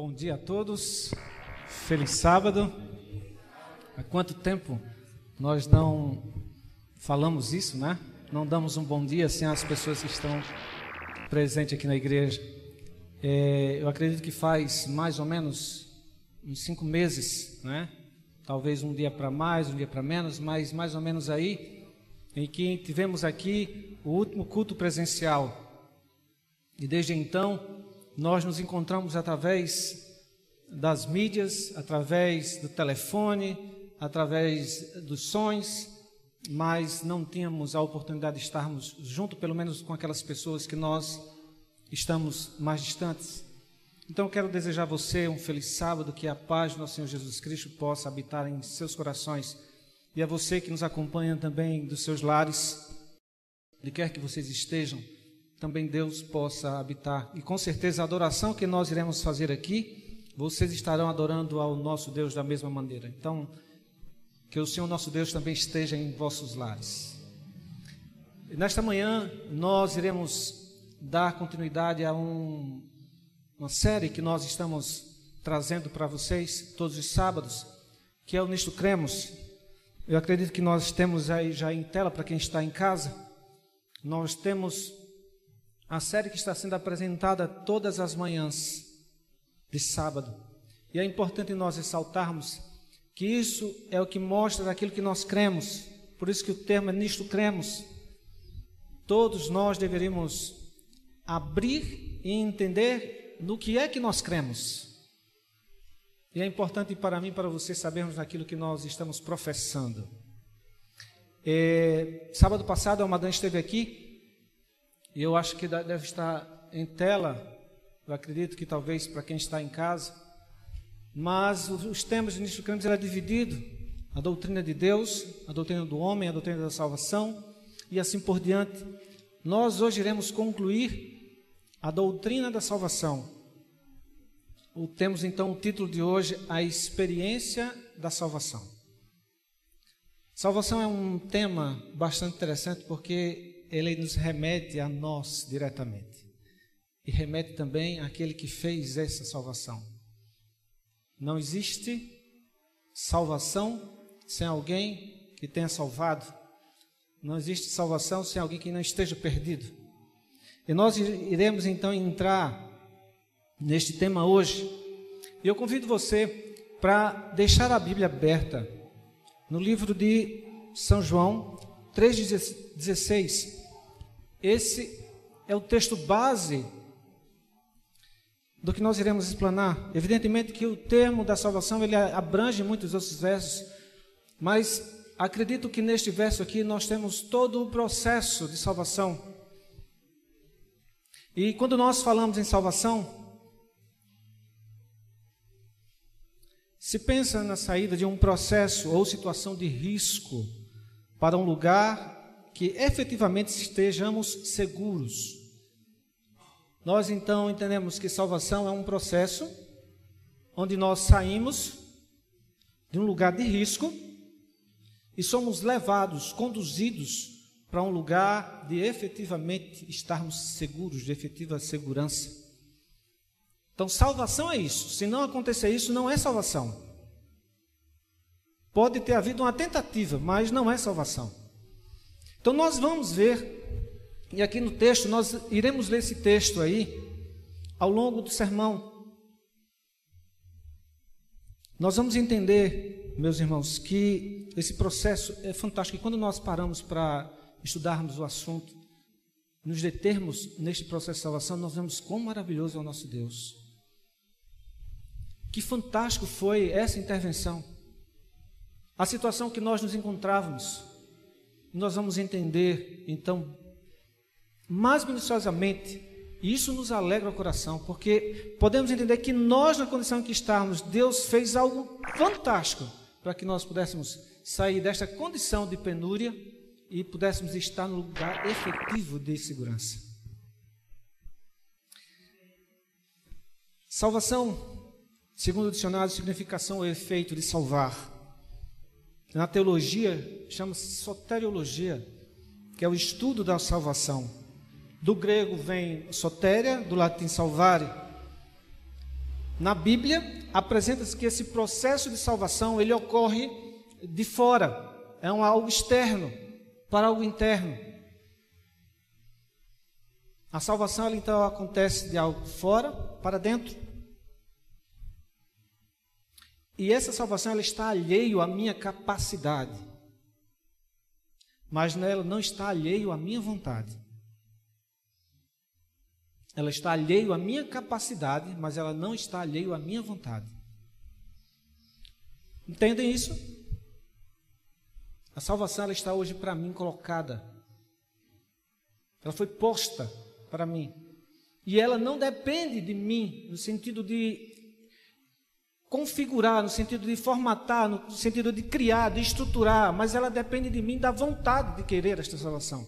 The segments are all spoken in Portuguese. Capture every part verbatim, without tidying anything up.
Bom dia a todos, feliz sábado. Há quanto tempo nós não falamos isso, né? Não damos um bom dia sem as pessoas que estão presentes aqui na igreja. É, eu acredito que faz mais ou menos uns cinco meses, né? Talvez um dia para mais, um dia para menos, mas mais ou menos aí, em que tivemos aqui o último culto presencial. E desde então, nós nos encontramos através das mídias, através do telefone, através dos sons, mas não tínhamos a oportunidade de estarmos junto, pelo menos com aquelas pessoas que nós estamos mais distantes. Então eu quero desejar a você um feliz sábado, que a paz do nosso Senhor Jesus Cristo possa habitar em seus corações, e a você que nos acompanha também dos seus lares, onde quer que vocês estejam, também Deus possa habitar. E com certeza a adoração que nós iremos fazer aqui, vocês estarão adorando ao nosso Deus da mesma maneira. Então, que o Senhor nosso Deus também esteja em vossos lares. E nesta manhã, nós iremos dar continuidade a um, uma série que nós estamos trazendo para vocês todos os sábados, que é o Nisto Cremos. Eu acredito que nós temos aí já em tela, para quem está em casa, nós temos a série que está sendo apresentada todas as manhãs de sábado. E é importante nós ressaltarmos que isso é o que mostra aquilo que nós cremos. Por isso que o termo é Nisto Cremos. Todos nós deveríamos abrir e entender no que é que nós cremos. E é importante para mim e para você sabermos naquilo que nós estamos professando. É, sábado passado a Madame esteve aqui, e eu acho que deve estar em tela, eu acredito que talvez para quem está em casa, mas os temas do Nisto Cremos era dividido, a doutrina de Deus, a doutrina do homem, a doutrina da salvação, e assim por diante. Nós hoje iremos concluir a doutrina da salvação. O, temos então o título de hoje, a experiência da salvação. Salvação é um tema bastante interessante, porque ele nos remete a nós diretamente. E remete também àquele que fez essa salvação. Não existe salvação sem alguém que tenha salvado. Não existe salvação sem alguém que não esteja perdido. E nós iremos então entrar neste tema hoje. E eu convido você para deixar a Bíblia aberta no livro de São João três dezesseis. Esse é o texto base do que nós iremos explanar. Evidentemente que o termo da salvação ele abrange muitos outros versos, mas acredito que neste verso aqui nós temos todo o processo de salvação. E quando nós falamos em salvação, se pensa na saída de um processo ou situação de risco para um lugar que efetivamente estejamos seguros. Nós então entendemos que salvação é um processo onde nós saímos de um lugar de risco e somos levados, conduzidos para um lugar de efetivamente estarmos seguros, de efetiva segurança. Então salvação é isso. Se não acontecer isso, não é salvação. Pode ter havido uma tentativa, mas não é salvação. Então nós vamos ver, e aqui no texto, nós iremos ler esse texto aí, ao longo do sermão. Nós vamos entender, meus irmãos, que esse processo é fantástico. E quando nós paramos para estudarmos o assunto, nos determos neste processo de salvação, nós vemos quão maravilhoso é o nosso Deus. Que fantástico foi essa intervenção. A situação que nós nos encontrávamos. Nós vamos entender, então, mais minuciosamente, e isso nos alegra o coração, porque podemos entender que nós, na condição em que estamos, Deus fez algo fantástico para que nós pudéssemos sair desta condição de penúria e pudéssemos estar no lugar efetivo de segurança. Salvação, segundo o dicionário, significação ou efeito de salvar. Na teologia, chama-se soteriologia, que é o estudo da salvação. Do grego vem sotéria, do latim salvare. Na Bíblia, apresenta-se que esse processo de salvação, ele ocorre de fora, é um algo externo para algo interno. A salvação, ela, então, acontece de algo fora para dentro. E essa salvação, ela está alheio à minha capacidade, mas nela não está alheio à minha vontade. Ela está alheio à minha capacidade, mas ela não está alheio à minha vontade. Entendem isso? A salvação, ela está hoje para mim colocada. Ela foi posta para mim. E ela não depende de mim, no sentido de configurar, no sentido de formatar, no sentido de criar, de estruturar, mas ela depende de mim, da vontade de querer esta salvação.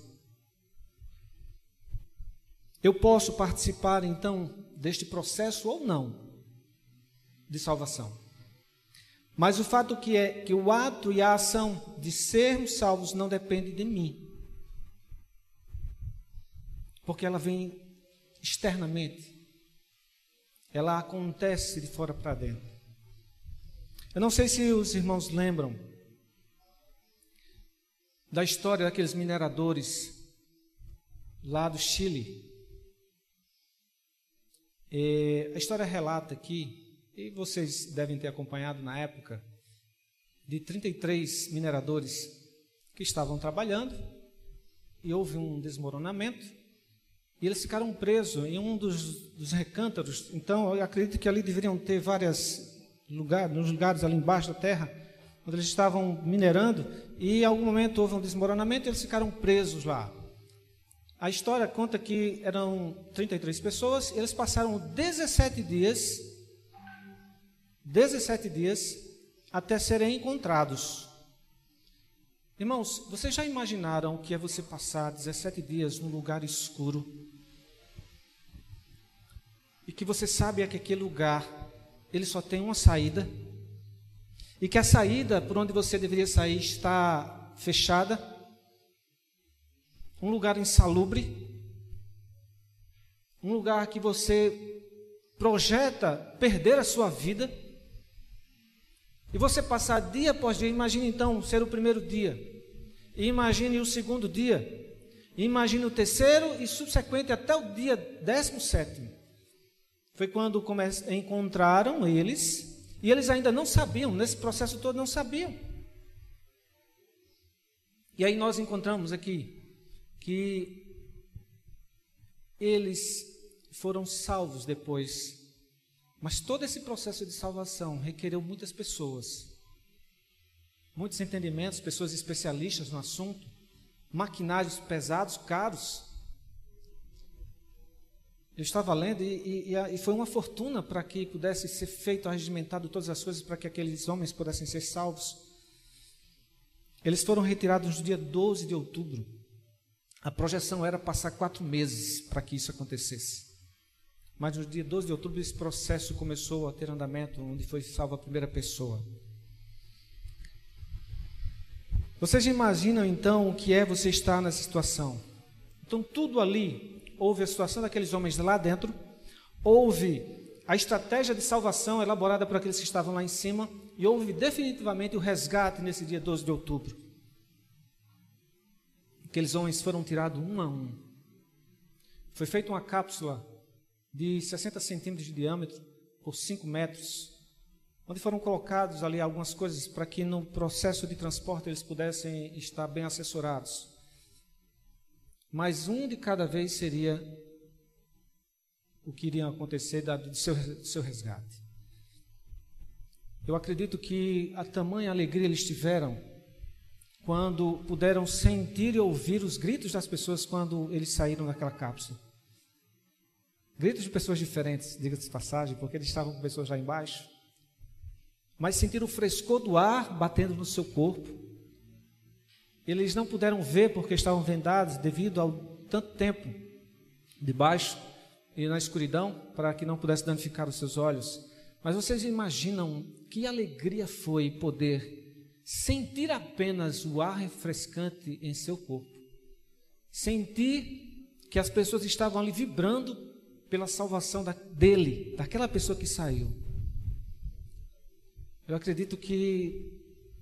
Eu posso participar, então, deste processo ou não de salvação. Mas o fato que é que o ato e a ação de sermos salvos não depende de mim, porque ela vem externamente, ela acontece de fora para dentro. Eu não sei se os irmãos lembram da história daqueles mineradores lá do Chile. E a história relata aqui, e vocês devem ter acompanhado na época, de trinta e três mineradores que estavam trabalhando e houve um desmoronamento e eles ficaram presos em um dos, dos recântaros. Então eu acredito que ali deveriam ter vários lugares, nos lugares ali embaixo da terra, onde eles estavam minerando, e em algum momento houve um desmoronamento e eles ficaram presos lá. A história conta que eram trinta e três pessoas, e eles passaram dezessete dias, dezessete dias, até serem encontrados. Irmãos, vocês já imaginaram o que é você passar dezessete dias num lugar escuro, e que você sabe é que aquele lugar, ele só tem uma saída, e que a saída por onde você deveria sair está fechada? Um lugar insalubre, um lugar que você projeta perder a sua vida, e você passar dia após dia. Imagine então ser o primeiro dia, e imagine o segundo dia, e imagine o terceiro e subsequente até o dia décimo sétimo. Foi quando encontraram eles, e eles ainda não sabiam, nesse processo todo não sabiam. E aí nós encontramos aqui que eles foram salvos depois, mas todo esse processo de salvação requereu muitas pessoas, muitos entendimentos, pessoas especialistas no assunto, maquinários pesados, caros. Eu estava lendo e, e, e foi uma fortuna para que pudesse ser feito, arregimentado todas as coisas para que aqueles homens pudessem ser salvos. Eles foram retirados no dia doze de outubro. A projeção era passar quatro meses para que isso acontecesse. Mas no dia doze de outubro esse processo começou a ter andamento, onde foi salva a primeira pessoa. Vocês imaginam então o que é você estar nessa situação? Então tudo ali, houve a situação daqueles homens lá dentro, houve a estratégia de salvação elaborada por aqueles que estavam lá em cima, e houve definitivamente o resgate nesse dia doze de outubro. Aqueles homens foram tirados um a um. Foi feita uma cápsula de sessenta centímetros de diâmetro por cinco metros, onde foram colocados ali algumas coisas para que no processo de transporte eles pudessem estar bem assessorados. Mas um de cada vez seria o que iria acontecer do seu, do seu resgate. Eu acredito que a tamanha alegria eles tiveram quando puderam sentir e ouvir os gritos das pessoas quando eles saíram daquela cápsula. Gritos de pessoas diferentes, diga-se de passagem, porque eles estavam com pessoas lá embaixo. Mas sentiram o frescor do ar batendo no seu corpo. Eles não puderam ver porque estavam vendados devido ao tanto tempo debaixo e na escuridão, para que não pudesse danificar os seus olhos. Mas vocês imaginam que alegria foi poder sentir apenas o ar refrescante em seu corpo, sentir que as pessoas estavam ali vibrando pela salvação da, dele, daquela pessoa que saiu. Eu acredito que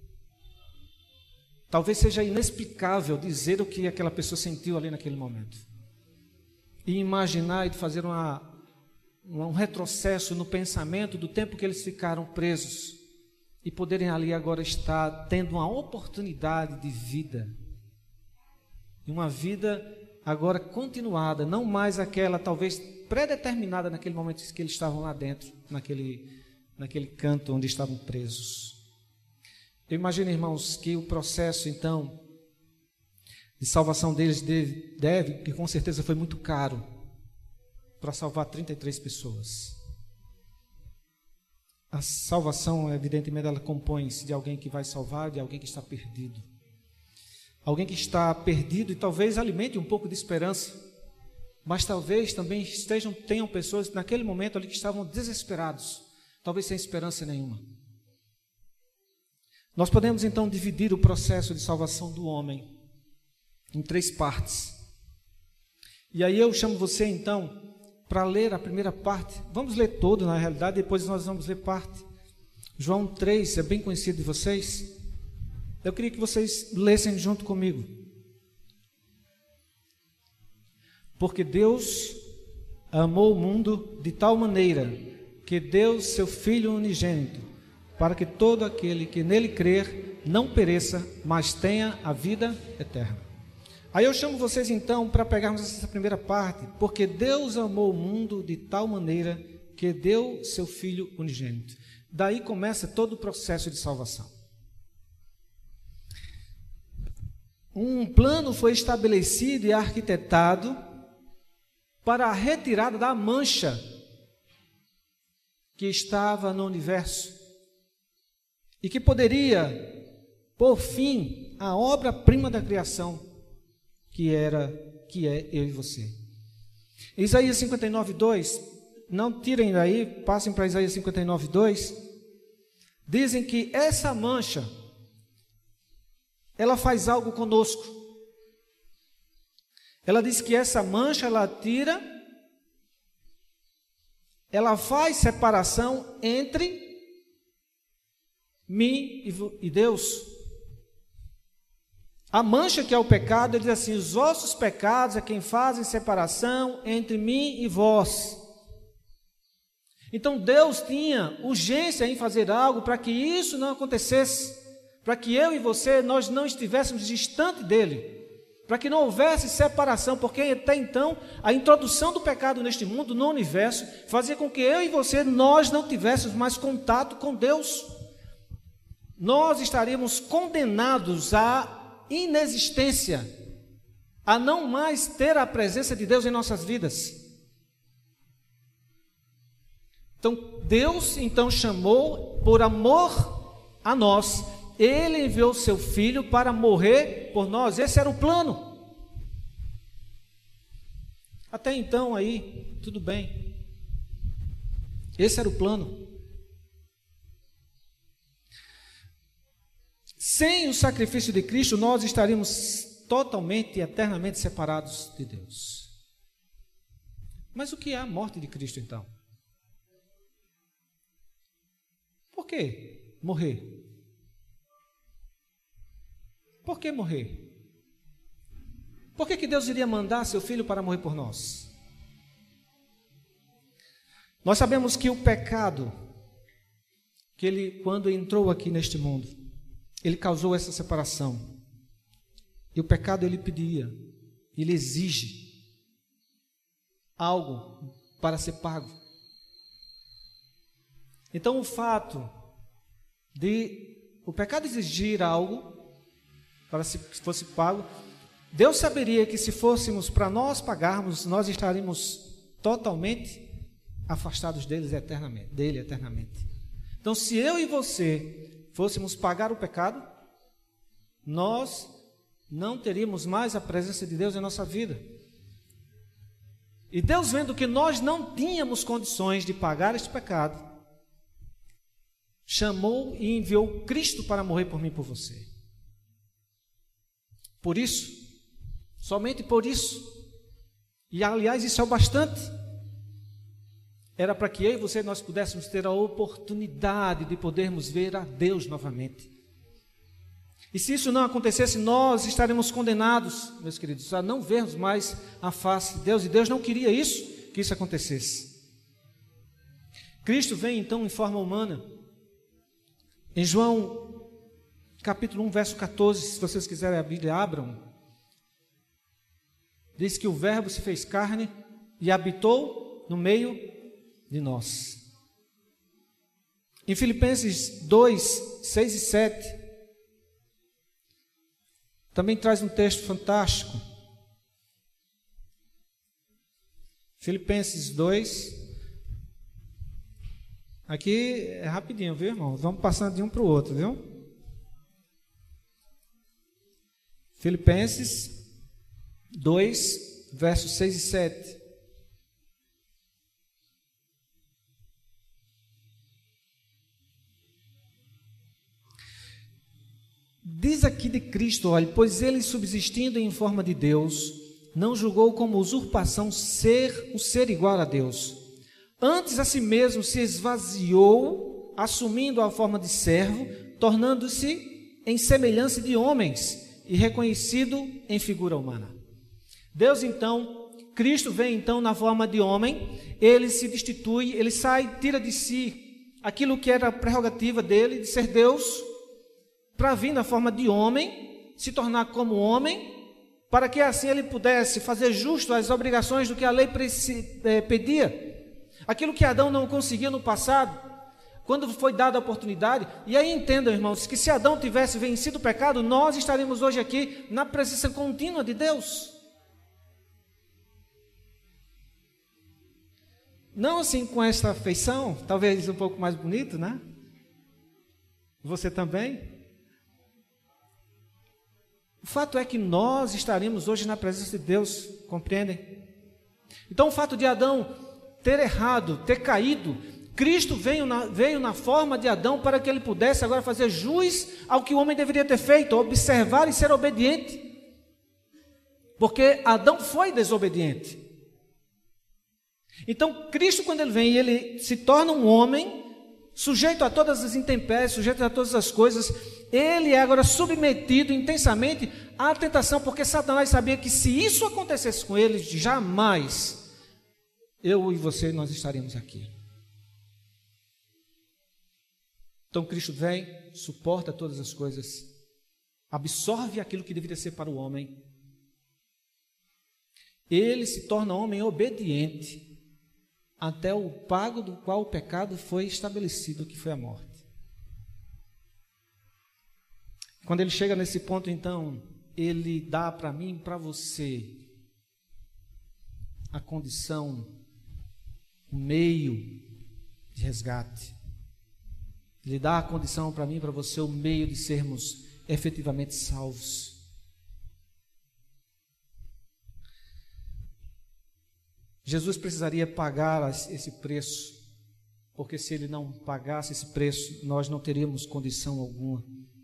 talvez seja inexplicável dizer o que aquela pessoa sentiu ali naquele momento. E imaginar e fazer uma, um retrocesso no pensamento do tempo que eles ficaram presos e poderem ali agora estar tendo uma oportunidade de vida. E uma vida agora continuada, não mais aquela talvez predeterminada naquele momento que eles estavam lá dentro, naquele, naquele canto onde estavam presos. Eu imagino, irmãos, que o processo, então, de salvação deles deve, deve, que com certeza foi muito caro, para salvar trinta e três pessoas. A salvação, evidentemente, ela compõe-se de alguém que vai salvar, de alguém que está perdido. Alguém que está perdido e talvez alimente um pouco de esperança, mas talvez também estejam, tenham pessoas naquele momento ali que estavam desesperados, talvez sem esperança nenhuma. Nós podemos então dividir o processo de salvação do homem em três partes. E aí eu chamo você então para ler a primeira parte. Vamos ler todo, na realidade, depois nós vamos ler parte. João três, é bem conhecido de vocês. Eu queria que vocês lessem junto comigo. Porque Deus amou o mundo de tal maneira que deu seu Filho unigênito, para que todo aquele que nele crer não pereça, mas tenha a vida eterna. Aí eu chamo vocês então para pegarmos essa primeira parte, porque Deus amou o mundo de tal maneira que deu seu Filho unigênito. Daí começa todo o processo de salvação. Um plano foi estabelecido e arquitetado para a retirada da mancha que estava no universo e que poderia pôr fim à obra-prima da criação, que era, que é eu e você. Isaías cinquenta e nove, dois, não tirem daí, passem para Isaías cinquenta e nove, dois, dizem que essa mancha, ela faz algo conosco. Ela diz que essa mancha, ela tira, ela faz separação entre mim e Deus. A mancha que é o pecado, ele diz assim, os vossos pecados é quem fazem separação entre mim e vós. Então Deus tinha urgência em fazer algo para que isso não acontecesse, para que eu e você, nós não estivéssemos distante dele, para que não houvesse separação, porque até então a introdução do pecado neste mundo, no universo, fazia com que eu e você, nós não tivéssemos mais contato com Deus. Nós estaríamos condenados à inexistência, a não mais ter a presença de Deus em nossas vidas. Então, Deus então chamou, por amor a nós, Ele enviou seu Filho para morrer por nós. Esse era o plano. Até então aí, tudo bem. Esse era o plano. Sem o sacrifício de Cristo, nós estaríamos totalmente e eternamente separados de Deus. Mas o que é a morte de Cristo, então? Por que morrer? Por que morrer? Por que que Deus iria mandar seu Filho para morrer por nós? Nós sabemos que o pecado, que ele, quando entrou aqui neste mundo, ele causou essa separação. E o pecado, ele pedia, ele exige algo para ser pago. Então, o fato de o pecado exigir algo para se fosse pago, Deus saberia que se fôssemos para nós pagarmos, nós estaríamos totalmente afastados deles eternamente, dele eternamente. Então, se eu e você fôssemos pagar o pecado, nós não teríamos mais a presença de Deus em nossa vida. E Deus, vendo que nós não tínhamos condições de pagar este pecado, chamou e enviou Cristo para morrer por mim e por você. Por isso, somente por isso, e aliás isso é o bastante, era para que eu e você nós pudéssemos ter a oportunidade de podermos ver a Deus novamente. E se isso não acontecesse, nós estaremos condenados, meus queridos, a não vermos mais a face de Deus, e Deus não queria isso, que isso acontecesse. Cristo vem então em forma humana. Em João capítulo um, verso catorze, se vocês quiserem a Bíblia, abram. Diz que o Verbo se fez carne e habitou no meio de nós. Em Filipenses dois, seis e sete, também traz um texto fantástico. Filipenses dois. Aqui é rapidinho, viu, irmão? Vamos passando de um para o outro, viu? Filipenses dois, versos seis e sete. Diz aqui de Cristo, olha, pois ele, subsistindo em forma de Deus, não julgou como usurpação ser o ser igual a Deus. Antes a si mesmo se esvaziou, assumindo a forma de servo, tornando-se em semelhança de homens e reconhecido em figura humana. Deus então, Cristo vem então na forma de homem, ele se destitui, ele sai, tira de si aquilo que era a prerrogativa dele, de ser Deus, para vir na forma de homem, se tornar como homem, para que assim ele pudesse fazer justo as obrigações do que a lei pedia. Aquilo que Adão não conseguia no passado, quando foi dada a oportunidade. E aí entendam, irmãos, que se Adão tivesse vencido o pecado, nós estaríamos hoje aqui na presença contínua de Deus. Não assim com esta feição, talvez um pouco mais bonito, né? Você também? O fato é que nós estaremos hoje na presença de Deus, compreendem? Então o fato de Adão ter errado, ter caído, Cristo veio na, veio na forma de Adão para que ele pudesse agora fazer jus ao que o homem deveria ter feito, observar e ser obediente. Porque Adão foi desobediente. Então Cristo, quando ele vem, ele se torna um homem, sujeito a todas as intempéries, sujeito a todas as coisas, ele é agora submetido intensamente à tentação, porque Satanás sabia que se isso acontecesse com ele, jamais eu e você nós estaríamos aqui. Então Cristo vem, suporta todas as coisas, absorve aquilo que deveria ser para o homem. Ele se torna homem obediente até o pago do qual o pecado foi estabelecido, que foi a morte. Quando ele chega nesse ponto, então, ele dá para mim e para você a condição, o meio de resgate. Ele dá a condição para mim e para você, o meio de sermos efetivamente salvos. Jesus precisaria pagar esse preço, porque se ele não pagasse esse preço, nós não teríamos condição alguma.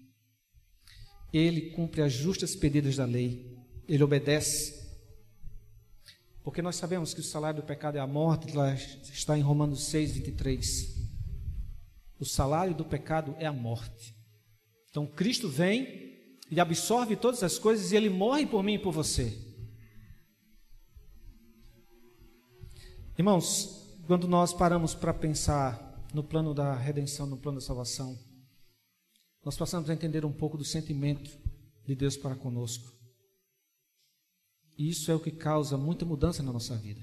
Ele cumpre as justas pedidas da lei, ele obedece, porque nós sabemos que o salário do pecado é a morte, lá está em Romanos seis, vinte e três. O salário do pecado é a morte. Então Cristo vem e absorve todas as coisas e ele morre por mim e por você. Irmãos, quando nós paramos para pensar no plano da redenção, no plano da salvação, nós passamos a entender um pouco do sentimento de Deus para conosco. E isso é o que causa muita mudança na nossa vida.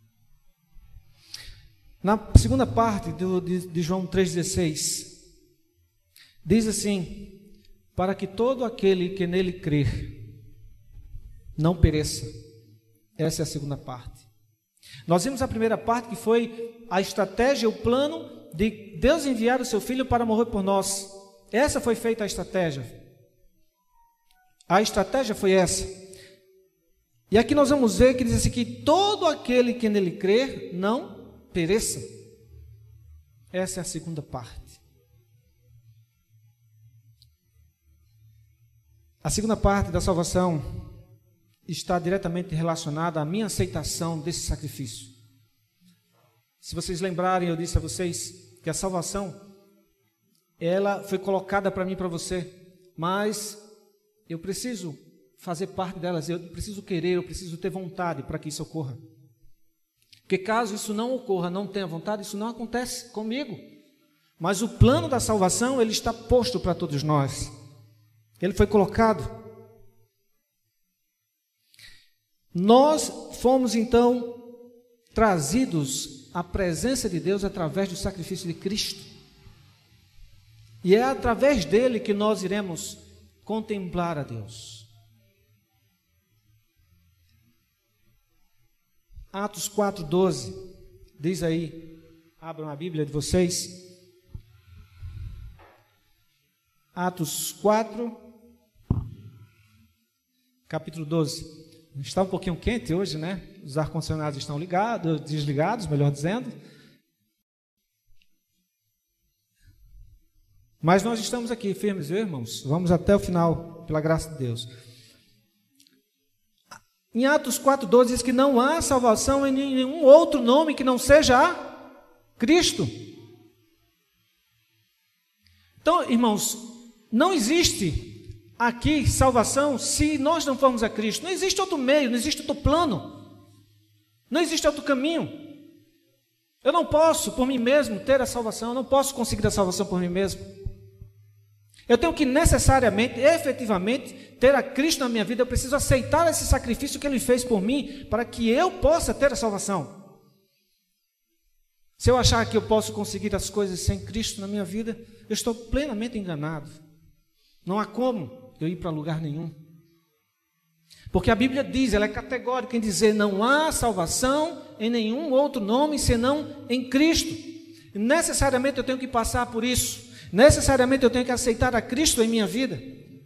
Na segunda parte do, de, de João três dezesseis, diz assim: para que todo aquele que nele crer não pereça. Essa é a segunda parte. Nós vimos a primeira parte, que foi a estratégia, o plano de Deus enviar o seu Filho para morrer por nós. Essa foi feita a estratégia. A estratégia foi essa. E aqui nós vamos ver que diz assim, que todo aquele que nele crer não pereça. Essa é a segunda parte. A segunda parte da salvação está diretamente relacionada à minha aceitação desse sacrifício. Se vocês lembrarem, eu disse a vocês que a salvação, ela foi colocada para mim e para você, mas eu preciso fazer parte delas, eu preciso querer, eu preciso ter vontade para que isso ocorra. Porque caso isso não ocorra, não tenha vontade, isso não acontece comigo. Mas o plano da salvação, ele está posto para todos nós. Ele foi colocado. Nós fomos então trazidos à presença de Deus através do sacrifício de Cristo. E é através dele que nós iremos contemplar a Deus. Atos quatro, doze, diz aí, abram a Bíblia de vocês. Atos quatro, capítulo doze. Está um pouquinho quente hoje, né? Os ar-condicionados estão ligados, desligados, melhor dizendo. Mas nós estamos aqui firmes, viu, irmãos? Vamos até o final, pela graça de Deus. Em Atos quatro, doze diz que não há salvação em nenhum outro nome que não seja Cristo. Então, irmãos, não existe aqui salvação se nós não formos a Cristo. Não existe outro meio, não existe outro plano, não existe outro caminho. Eu não posso por mim mesmo ter a salvação, eu não posso conseguir a salvação por mim mesmo. Eu tenho que necessariamente, efetivamente, ter a Cristo na minha vida. Eu preciso aceitar esse sacrifício que Ele fez por mim, para que eu possa ter a salvação. Se eu achar que eu posso conseguir as coisas sem Cristo na minha vida, eu estou plenamente enganado. Não há como eu ir para lugar nenhum. Porque a Bíblia diz, ela é categórica em dizer, não há salvação em nenhum outro nome, senão em Cristo. E necessariamente eu tenho que passar por isso. Necessariamente eu tenho que aceitar a Cristo em minha vida.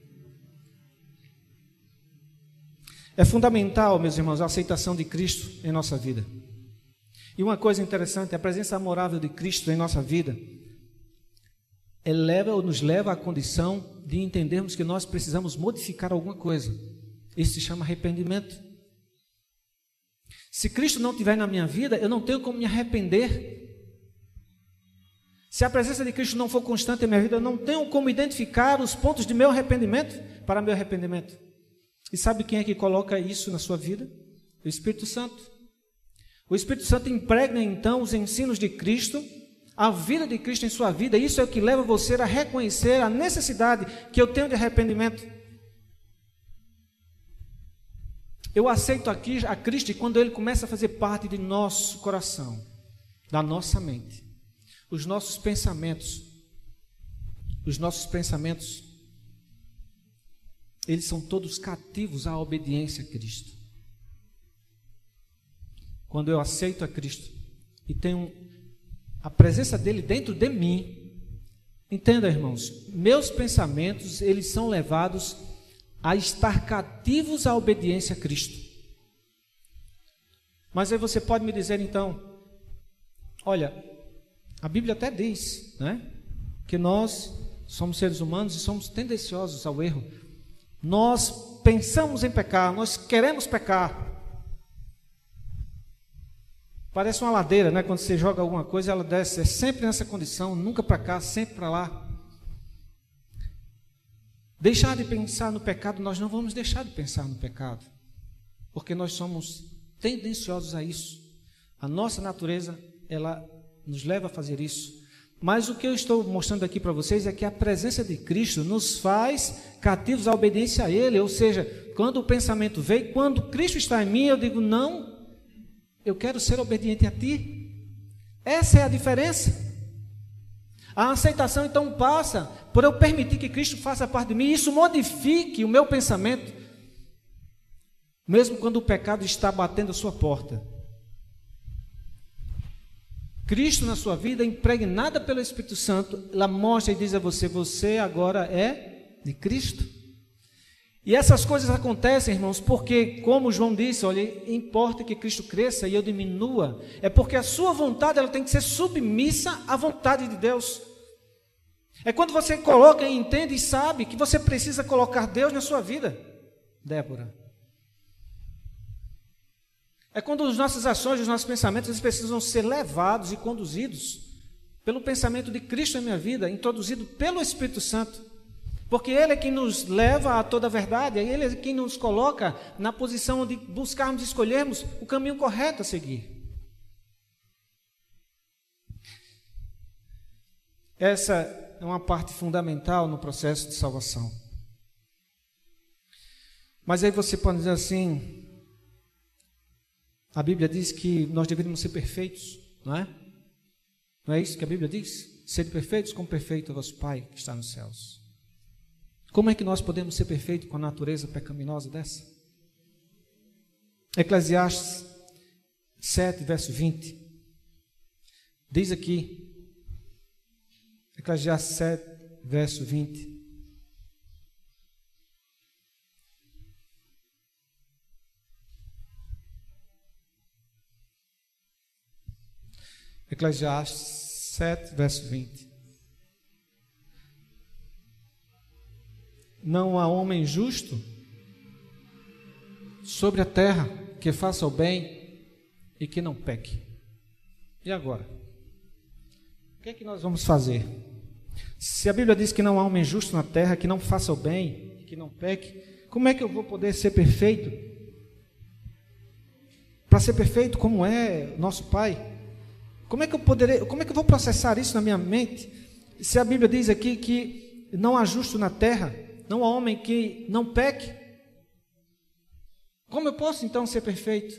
É fundamental, meus irmãos, a aceitação de Cristo em nossa vida. E uma coisa interessante, a presença amorável de Cristo em nossa vida eleva ou nos leva à condição de entendermos que nós precisamos modificar alguma coisa. Isso se chama arrependimento. Se Cristo não estiver na minha vida, eu não tenho como me arrepender. Se a presença de Cristo não for constante em minha vida, eu não tenho como identificar os pontos de meu arrependimento para meu arrependimento. E sabe quem é que coloca isso na sua vida? O Espírito Santo. O Espírito Santo impregna então os ensinos de Cristo, a vida de Cristo em sua vida. Isso é o que leva você a reconhecer a necessidade que eu tenho de arrependimento. Eu aceito aqui a Cristo quando Ele começa a fazer parte de nosso coração, da nossa mente. Os nossos pensamentos, os nossos pensamentos, eles são todos cativos à obediência a Cristo. Quando eu aceito a Cristo e tenho a presença dele dentro de mim, entenda, irmãos, meus pensamentos, eles são levados a estar cativos à obediência a Cristo. Mas aí você pode me dizer então, olha, a Bíblia até diz, né, que nós somos seres humanos e somos tendenciosos ao erro. Nós pensamos em pecar, nós queremos pecar. Parece uma ladeira, né? Quando você joga alguma coisa, ela desce, é sempre nessa condição, nunca para cá, sempre para lá. Deixar de pensar no pecado, nós não vamos deixar de pensar no pecado, porque nós somos tendenciosos a isso. A nossa natureza, ela nos leva a fazer isso. Mas o que eu estou mostrando aqui para vocês é que a presença de Cristo nos faz cativos à obediência a Ele. Ou seja, quando o pensamento veio, quando Cristo está em mim, eu digo, não, eu quero ser obediente a Ti. Essa é a diferença. A aceitação então passa por eu permitir que Cristo faça parte de mim, e isso modifique o meu pensamento, mesmo quando o pecado está batendo a sua porta. Cristo na sua vida, impregnada pelo Espírito Santo, ela mostra e diz a você, você agora é de Cristo. E essas coisas acontecem, irmãos, porque, como João disse, olha, importa que Cristo cresça e eu diminua. É porque a sua vontade, ela tem que ser submissa à vontade de Deus. É quando você coloca e entende e sabe que você precisa colocar Deus na sua vida, Débora. É quando as nossas ações, os nossos pensamentos, eles precisam ser levados e conduzidos pelo pensamento de Cristo na minha vida, introduzido pelo Espírito Santo. Porque Ele é quem nos leva a toda a verdade, Ele é quem nos coloca na posição de buscarmos e escolhermos o caminho correto a seguir. Essa é uma parte fundamental no processo de salvação. Mas aí você pode dizer assim, a Bíblia diz que nós deveríamos ser perfeitos, não é? Não é isso que a Bíblia diz? Sede perfeitos como perfeito é o vosso Pai que está nos céus. Como é que nós podemos ser perfeitos com a natureza pecaminosa dessa? Eclesiastes sete, verso vinte. Diz aqui, Eclesiastes sete, verso vinte. Eclesiastes sete, verso vinte. Não há homem justo sobre a terra que faça o bem e que não peque. E agora? O que é que nós vamos fazer? Se a Bíblia diz que não há homem justo na terra que não faça o bem e que não peque, como é que eu vou poder ser perfeito? Para ser perfeito como é nosso Pai? Como é que eu poderei, como é que eu vou processar isso na minha mente? Se a Bíblia diz aqui que não há justo na terra, não há homem que não peque, como eu posso então ser perfeito?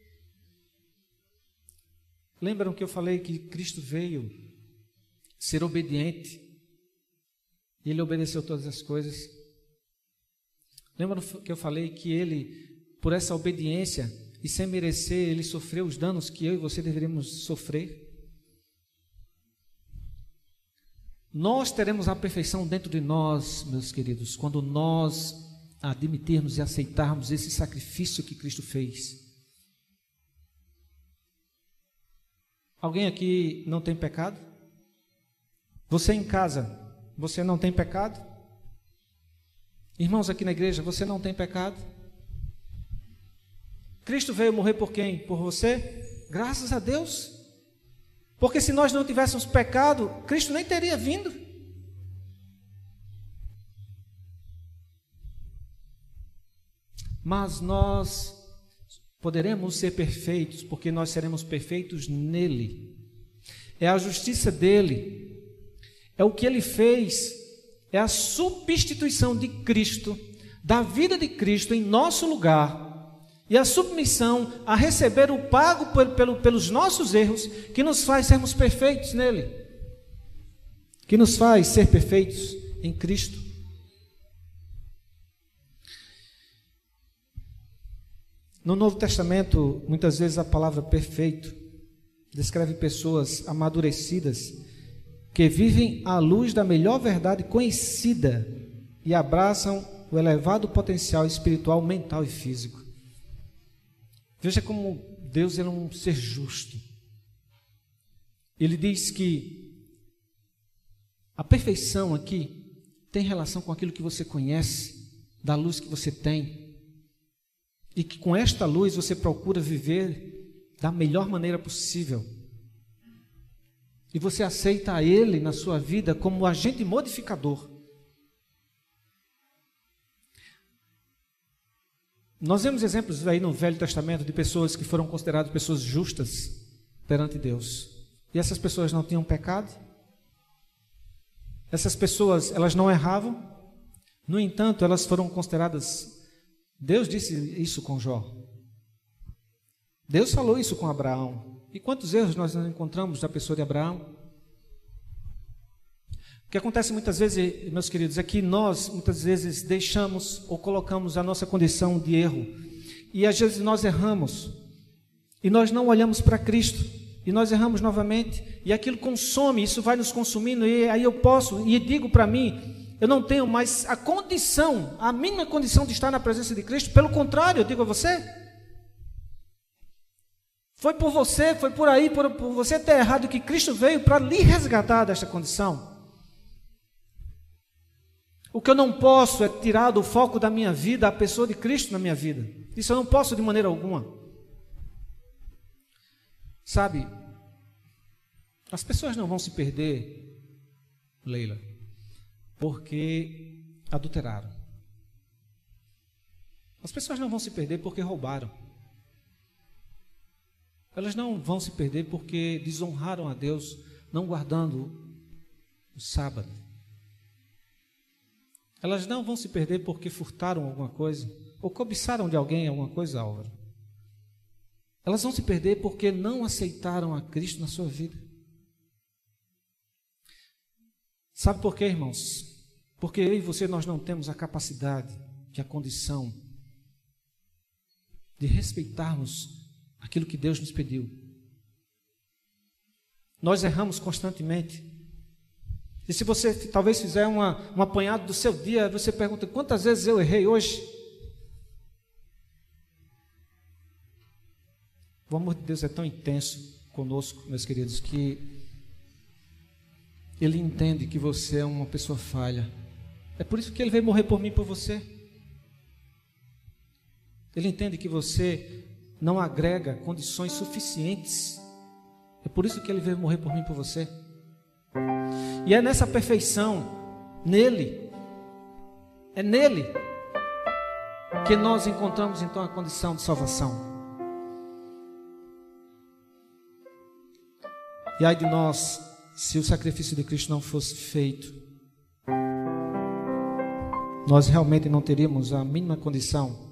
Lembram que eu falei que Cristo veio ser obediente e Ele obedeceu todas as coisas? Lembram que eu falei que Ele, por essa obediência e sem merecer, Ele sofreu os danos que eu e você deveríamos sofrer? Nós teremos a perfeição dentro de nós, meus queridos, quando nós admitirmos e aceitarmos esse sacrifício que Cristo fez. Alguém aqui não tem pecado? Você em casa, você não tem pecado? Irmãos aqui na igreja, você não tem pecado? Cristo veio morrer por quem? Por você? Graças a Deus. Porque se nós não tivéssemos pecado, Cristo nem teria vindo. Mas nós poderemos ser perfeitos, porque nós seremos perfeitos nele. É a justiça dele, é o que ele fez, é a substituição de Cristo, da vida de Cristo em nosso lugar, e a submissão a receber o pago pelo, pelo, pelos nossos erros, que nos faz sermos perfeitos nele, que nos faz ser perfeitos em Cristo. No Novo Testamento, muitas vezes a palavra perfeito descreve pessoas amadurecidas que vivem à luz da melhor verdade conhecida e abraçam o elevado potencial espiritual, mental e físico. Veja como Deus é um ser justo. Ele diz que a perfeição aqui tem relação com aquilo que você conhece, da luz que você tem, e que com esta luz você procura viver da melhor maneira possível. E você aceita a Ele na sua vida como agente modificador. Nós vemos exemplos aí no Velho Testamento de pessoas que foram consideradas pessoas justas perante Deus. E essas pessoas não tinham pecado. Essas pessoas, elas não erravam. No entanto, elas foram consideradas... Deus disse isso com Jó. Deus falou isso com Abraão. E quantos erros nós não encontramos da pessoa de Abraão? O que acontece muitas vezes, meus queridos, é que nós muitas vezes deixamos ou colocamos a nossa condição de erro. E às vezes nós erramos. E nós não olhamos para Cristo. E nós erramos novamente. E aquilo consome, isso vai nos consumindo. E aí eu posso, e digo para mim, eu não tenho mais a condição, a mínima condição de estar na presença de Cristo. Pelo contrário, eu digo a você, foi por você, foi por aí, por, por você ter errado, que Cristo veio para lhe resgatar desta condição. O que eu não posso é tirar do foco da minha vida a pessoa de Cristo na minha vida. Isso eu não posso de maneira alguma. Sabe, as pessoas não vão se perder, Leila, porque adulteraram. As pessoas não vão se perder porque roubaram. Elas não vão se perder porque desonraram a Deus, não guardando o sábado. Elas não vão se perder porque furtaram alguma coisa, ou cobiçaram de alguém alguma coisa, Álvaro. Elas vão se perder porque não aceitaram a Cristo na sua vida. Sabe por quê, irmãos? Porque eu e você, nós não temos a capacidade, que a condição de respeitarmos aquilo que Deus nos pediu. Nós erramos constantemente. E se você talvez fizer uma, um apanhado do seu dia, você pergunta, quantas vezes eu errei hoje? O amor de Deus é tão intenso conosco, meus queridos, que Ele entende que você é uma pessoa falha. É por isso que Ele veio morrer por mim e por você. Ele entende que você não agrega condições suficientes. É por isso que Ele veio morrer por mim e por você. E é nessa perfeição, nele, é nele, que nós encontramos então a condição de salvação. E ai de nós, se o sacrifício de Cristo não fosse feito, nós realmente não teríamos a mínima condição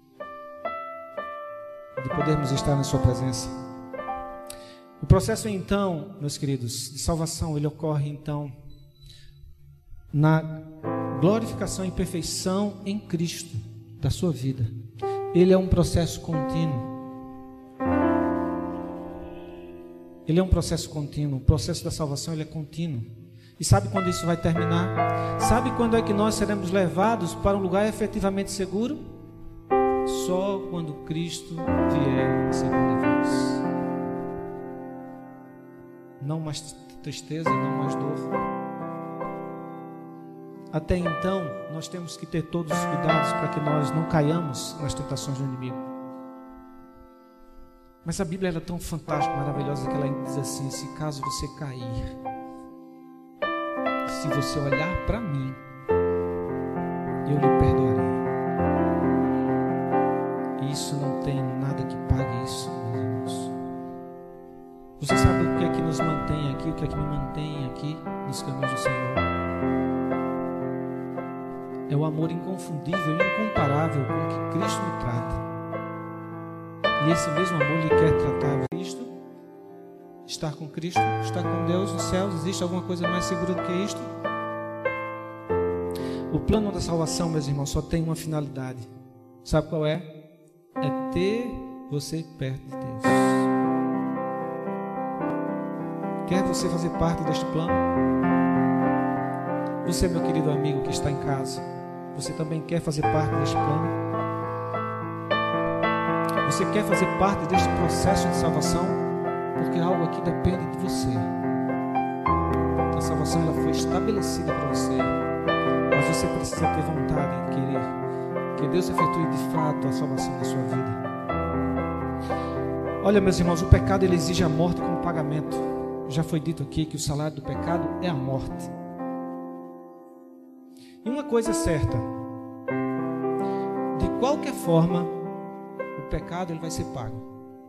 de podermos estar na sua presença. O processo então, meus queridos, de salvação, ele ocorre então na glorificação e perfeição em Cristo da sua vida. Ele é um processo contínuo. Ele é um processo contínuo. O processo da salvação, ele é contínuo. E sabe quando isso vai terminar? Sabe quando é que nós seremos levados para um lugar efetivamente seguro? Só quando Cristo vier a segunda vez. Não mais tristeza, não mais dor. Até então, nós temos que ter todos os cuidados para que nós não caiamos nas tentações do inimigo. Mas a Bíblia era tão fantástica, maravilhosa, que ela diz assim: se caso você cair, se você olhar para mim, eu lhe perdoarei. Isso não tem nada que pague isso, meus irmãos. Você sabe o que é que nos mantém aqui, o que é que me mantém aqui nos caminhos do Senhor? É o amor inconfundível e incomparável com que Cristo me trata. E esse mesmo amor lhe quer tratar Cristo, estar com Cristo, estar com Deus nos céus. Existe alguma coisa mais segura do que isto? O plano da salvação, meus irmãos, só tem uma finalidade. Sabe qual é? É ter você perto de Deus. Quer você fazer parte deste plano? Você, meu querido amigo que está em casa, você também quer fazer parte deste plano? Você quer fazer parte deste processo de salvação? Porque algo aqui depende de você. A salvação ela foi estabelecida para você, mas você precisa ter vontade de querer que Deus efetue de fato a salvação da sua vida. Olha, meus irmãos, o pecado ele exige a morte como pagamento. Já foi dito aqui que o salário do pecado é a morte. E uma coisa é certa: de qualquer forma, o pecado ele vai ser pago.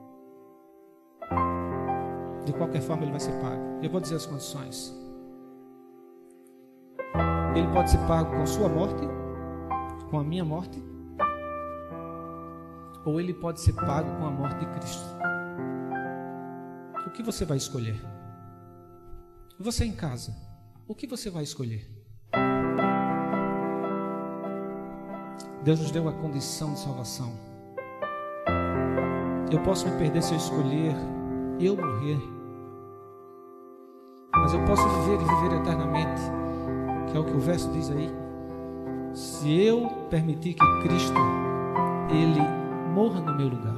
De qualquer forma ele vai ser pago. Eu vou dizer as condições. Ele pode ser pago com a sua morte, com a minha morte, ou ele pode ser pago com a morte de Cristo. O que você vai escolher? Você em casa, o que você vai escolher? Deus nos deu a condição de salvação. Eu posso me perder se eu escolher eu morrer, mas eu posso viver e viver eternamente, que é o que o verso diz aí. Se eu permitir que Cristo ele morra no meu lugar,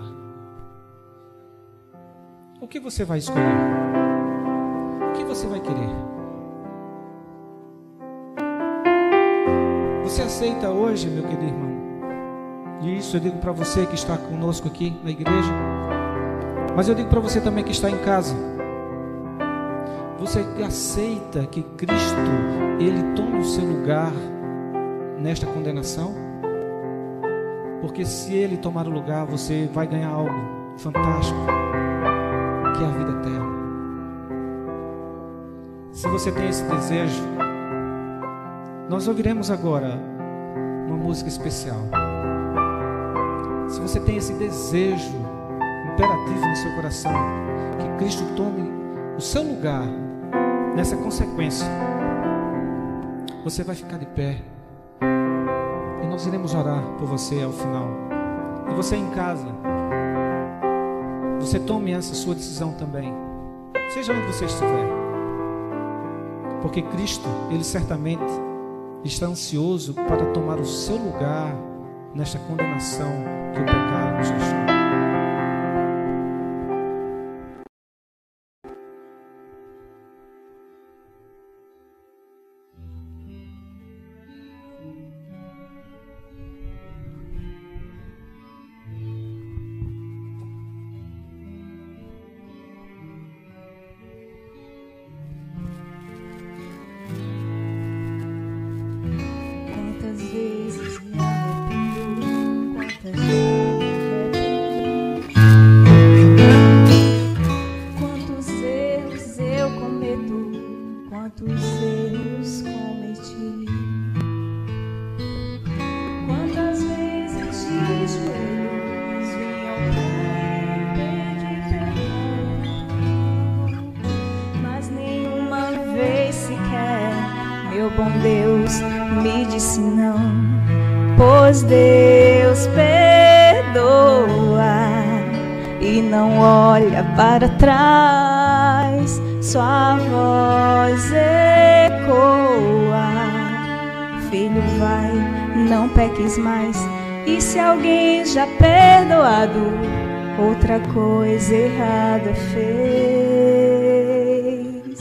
o que você vai escolher? O que você vai querer? Você aceita hoje, meu querido irmão? E isso eu digo para você que está conosco aqui na igreja. Mas eu digo para você também que está em casa, você aceita que Cristo, Ele tome o seu lugar nesta condenação? Porque se Ele tomar o lugar, você vai ganhar algo fantástico, que é a vida eterna. Se você tem esse desejo, nós ouviremos agora uma música especial. Se você tem esse desejo imperativo no seu coração, que Cristo tome o seu lugar nessa consequência, você vai ficar de pé e nós iremos orar por você ao final. E você em casa, você tome essa sua decisão também, seja onde você estiver, porque Cristo, Ele certamente está ansioso para tomar o seu lugar nesta condenação que o pecado nos deixou. Para trás, sua voz ecoa. Filho, vai, não peques mais. E se alguém já perdoado, outra coisa errada fez.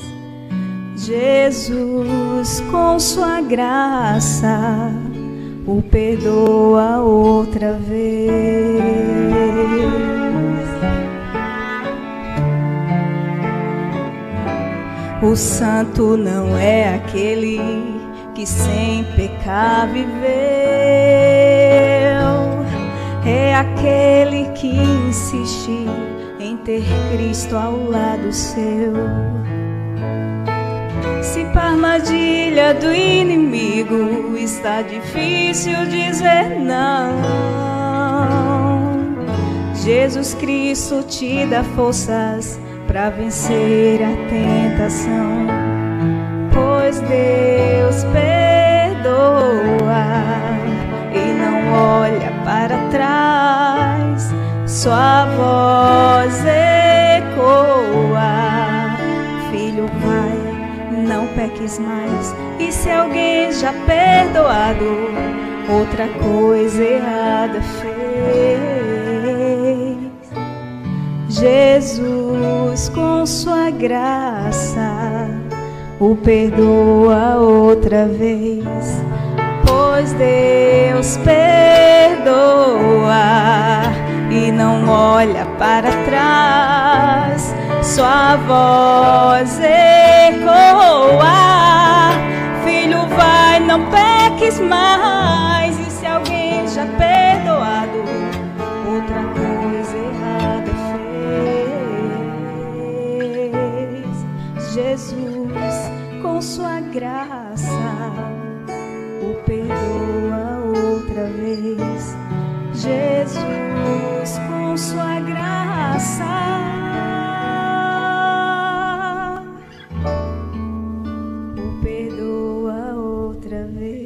Jesus, com sua graça, o perdoa outra vez. O santo não é aquele que sem pecar viveu, é aquele que insiste em ter Cristo ao lado seu. Se para a armadilha do inimigo está difícil dizer não, Jesus Cristo te dá forças para vencer a tentação, pois Deus perdoa e não olha para trás, sua voz ecoa. Filho, vai, não peques mais. E se alguém já perdoado, outra coisa errada fez. Jesus, com sua graça, o perdoa outra vez, pois Deus perdoa e não olha para trás, sua voz ecoa. Filho, vai, não peques mais. E se alguém já perdoado, outra coisa errada fez. Jesus, com sua graça, o perdoa outra vez. Jesus, com sua graça, o perdoa outra vez.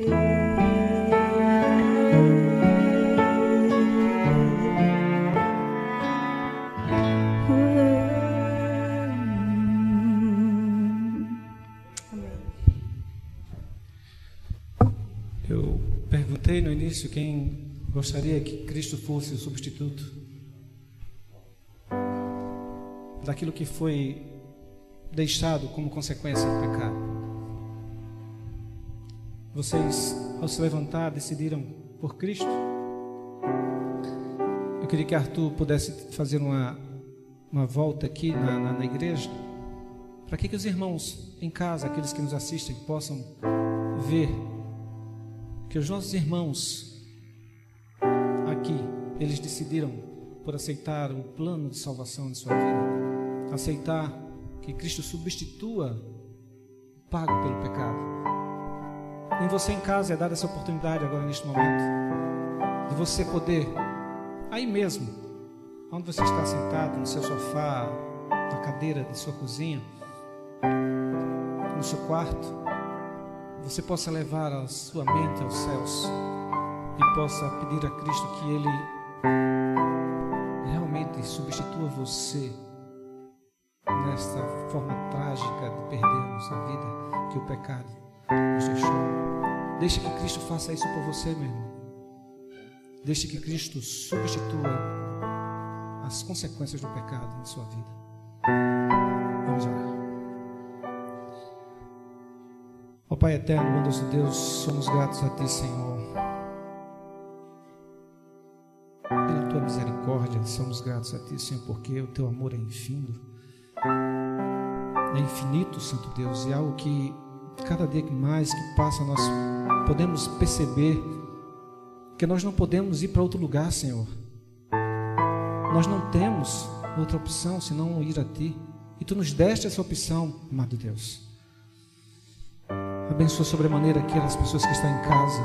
Eu perguntei no início quem gostaria que Cristo fosse o substituto daquilo que foi deixado como consequência do pecado. Vocês, ao se levantar, decidiram por Cristo? Eu queria que Arthur pudesse fazer uma uma volta aqui na, na, na igreja, para que, que os irmãos em casa, aqueles que nos assistem, possam ver que os nossos irmãos aqui, eles decidiram por aceitar o plano de salvação de sua vida, aceitar que Cristo substitua o pago pelo pecado. Em você em casa é dada essa oportunidade agora neste momento, de você poder, aí mesmo, onde você está sentado, no seu sofá, na cadeira de sua cozinha, no seu quarto, você possa levar a sua mente aos céus e possa pedir a Cristo que Ele realmente substitua você nesta forma trágica de perdermos a vida que o pecado nos deixou. Deixe que Cristo faça isso por você, meu irmão. Deixe que Cristo substitua as consequências do pecado na sua vida. Vamos orar. Ó Pai eterno, bondoso Deus, somos gratos a Ti, Senhor, pela Tua misericórdia. Somos gratos a Ti, Senhor, porque o Teu amor é infindo, é infinito, Santo Deus, e é algo que cada dia que mais que passa nós podemos perceber que nós não podemos ir para outro lugar, Senhor. Nós não temos outra opção senão ir a Ti, e Tu nos deste essa opção, amado Deus. Abençoa sobremaneira aquelas pessoas que estão em casa,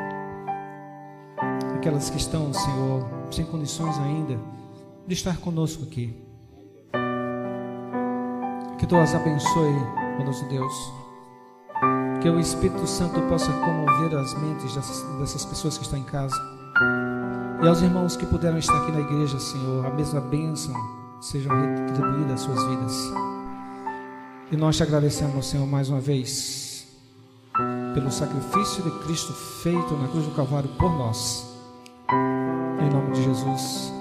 aquelas que estão, Senhor, sem condições ainda de estar conosco aqui. Que Tu as abençoe, ó nosso Deus. Que o Espírito Santo possa comover as mentes dessas, dessas pessoas que estão em casa. E aos irmãos que puderam estar aqui na igreja, Senhor, a mesma bênção sejam retribuídas às suas vidas. E nós te agradecemos, Senhor, mais uma vez, pelo sacrifício de Cristo feito na cruz do Calvário por nós. Em nome de Jesus.